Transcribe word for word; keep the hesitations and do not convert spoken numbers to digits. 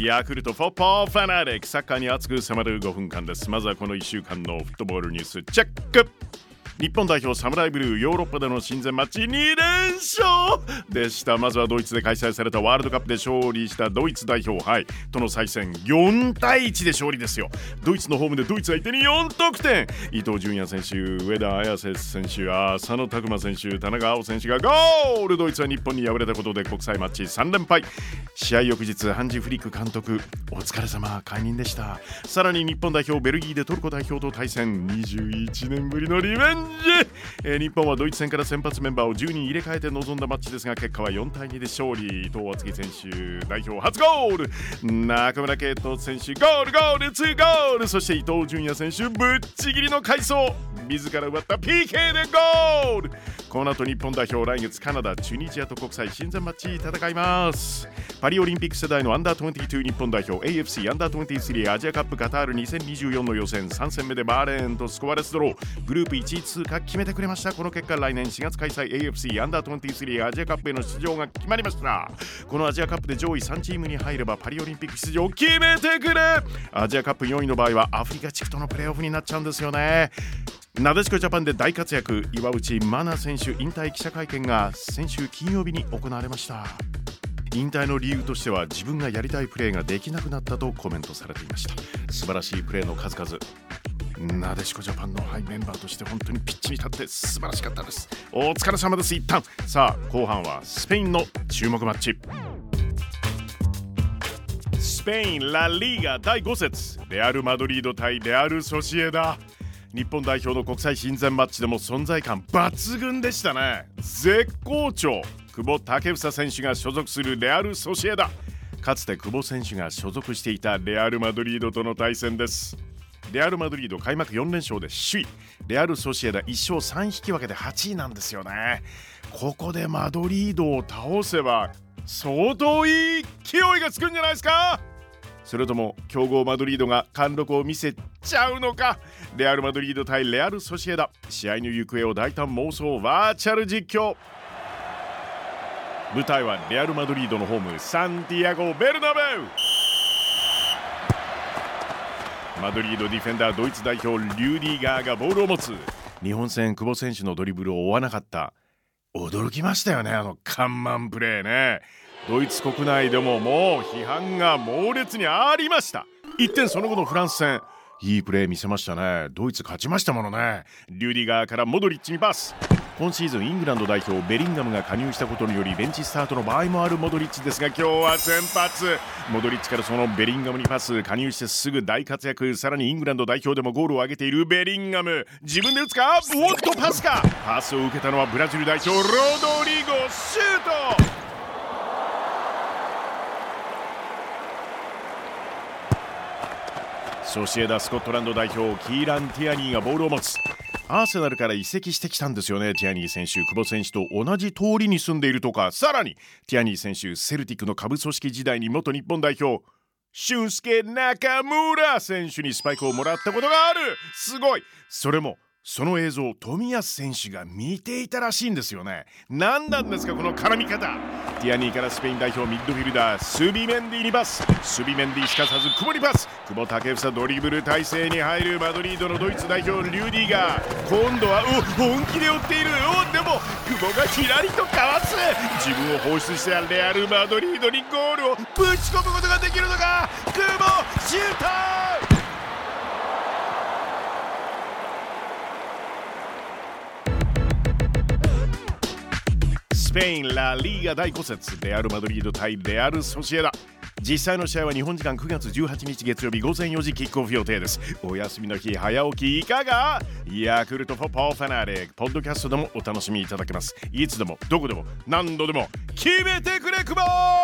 ヤクルトフォッポーファナリック、サッカーに熱く迫るごふんかんです。まずはこのいっしゅうかんのフットボールニュースチェック。日本代表サムライブルー、ヨーロッパでの親善マッチにれんしょうでした。まずはドイツで開催されたワールドカップで勝利したドイツ代表、はい、との再戦よんたいいちで勝利ですよ。ドイツのホームでドイツ相手によんとくてん、伊東純也選手、上田綺世選手、浅野拓磨選手、田中碧選手がゴール。ドイツは日本に敗れたことで国際マッチさんれんぱい。試合翌日、ハンジ・フリック監督お疲れ様、解任でした。さらに日本代表、ベルギーでトルコ代表と対戦、にじゅういちねんぶりのリベンジ。えー、日本はドイツ戦から先発メンバーをじゅうにん入れ替えて臨んだマッチですが、結果はよんたいにで勝利。伊藤敦樹選手、代表初ゴール。中村敬斗選手、ゴールゴールツーゴール。そして伊東純也選手、ぶっちぎりの快走、自ら奪った ピーケー でゴール。この後日本代表、来月カナダ、チュニジアと国際親善マッチ戦います。パリオリンピック世代のアンダーにじゅうに日本代表、 エーエフシー アンダーにじゅうさんアジアカップカタールにせんにじゅうよんの予選さん戦目でバーレーンとスコアレスドロー、グループいちい通過決めてくれました。この結果、来年しがつ開催 エーエフシー アンダーにじゅうさんアジアカップへの出場が決まりました。このアジアカップで上位さんチームに入ればパリオリンピック出場を決めてくれ。アジアカップよんいの場合はアフリカ地区とのプレーオフになっちゃうんですよね。なでしこジャパンで大活躍、岩渕真奈選手引退記者会見が先週金曜日に行われました。引退の理由としては、自分がやりたいプレーができなくなったとコメントされていました。素晴らしいプレーの数々、なでしこジャパンの、はい、メンバーとして本当にピッチに立って素晴らしかったです。お疲れ様です。一旦さあ、後半はスペインの注目マッチ。スペインラリーガだいご節、レアルマドリード対レアルソシエダ。日本代表の国際親善マッチでも存在感抜群でしたね。絶好調、久保建英選手が所属するレアルソシエダ。かつて久保選手が所属していたレアルマドリードとの対戦です。レアルマドリード開幕よんれんしょうで首位、レアルソシエダいっしょうさん引き分けではちいなんですよね。ここでマドリードを倒せば相当いい勢いがつくんじゃないですか。それとも強豪マドリードが貫禄を見せちゃうのか。レアルマドリード対レアルソシエダ、試合の行方を大胆妄想バーチャル実況。舞台はレアルマドリードのホーム、サンティアゴ・ベルナベウ。マドリードディフェンダー、ドイツ代表リューディガーがボールを持つ。日本戦久保選手のドリブルを追わなかった。驚きましたよね、あの看板プレーね。ドイツ国内でももう批判が猛烈にありました。一転、その後のフランス戦、いいプレー見せましたね。ドイツ勝ちましたものね。リューディガーからモドリッチにパス。今シーズンイングランド代表ベリンガムが加入したことによりベンチスタートの場合もあるモドリッチですが、今日は先発。モドリッチからそのベリンガムにパス、加入してすぐ大活躍。さらにイングランド代表でもゴールを挙げているベリンガム、自分で打つか、おっとパスか。パスを受けたのはブラジル代表ロドリゴ、シュート。ソシエダスコットランド代表キーラン・ティアニーがボールを持つ。アーセナルから移籍してきたんですよね。ティアニー選手、久保選手と同じ通りに住んでいるとか。さらにティアニー選手、セルティックの下部組織時代に元日本代表俊介中村選手にスパイクをもらったことがある。すごい。それもその映像、冨安選手が見ていたらしいんですよね。何なんですかこの絡み方。ティアニーからスペイン代表ミッドフィルダースビメンディにパス。スビメンディすかさず久保にパス。久保建英ドリブル体勢に入るマドリードのドイツ代表リューディガー。今度はお本気で追っている。おでも久保がキラリとかわす。自分を放出したレアルマドリードにゴールをぶち込むことができるのか。久保シュート。スペインラリーガだいご節、レアルマドリード対レアルソシエダ。実際の試合は日本時間くがつじゅうはちにち月曜日ごぜんよじキックオフ予定です。お休みの日早起きいかが。ヤクルトフォッポーファナリックポッドキャストでもお楽しみいただけます。いつでもどこでも何度でも決めてくれ久保。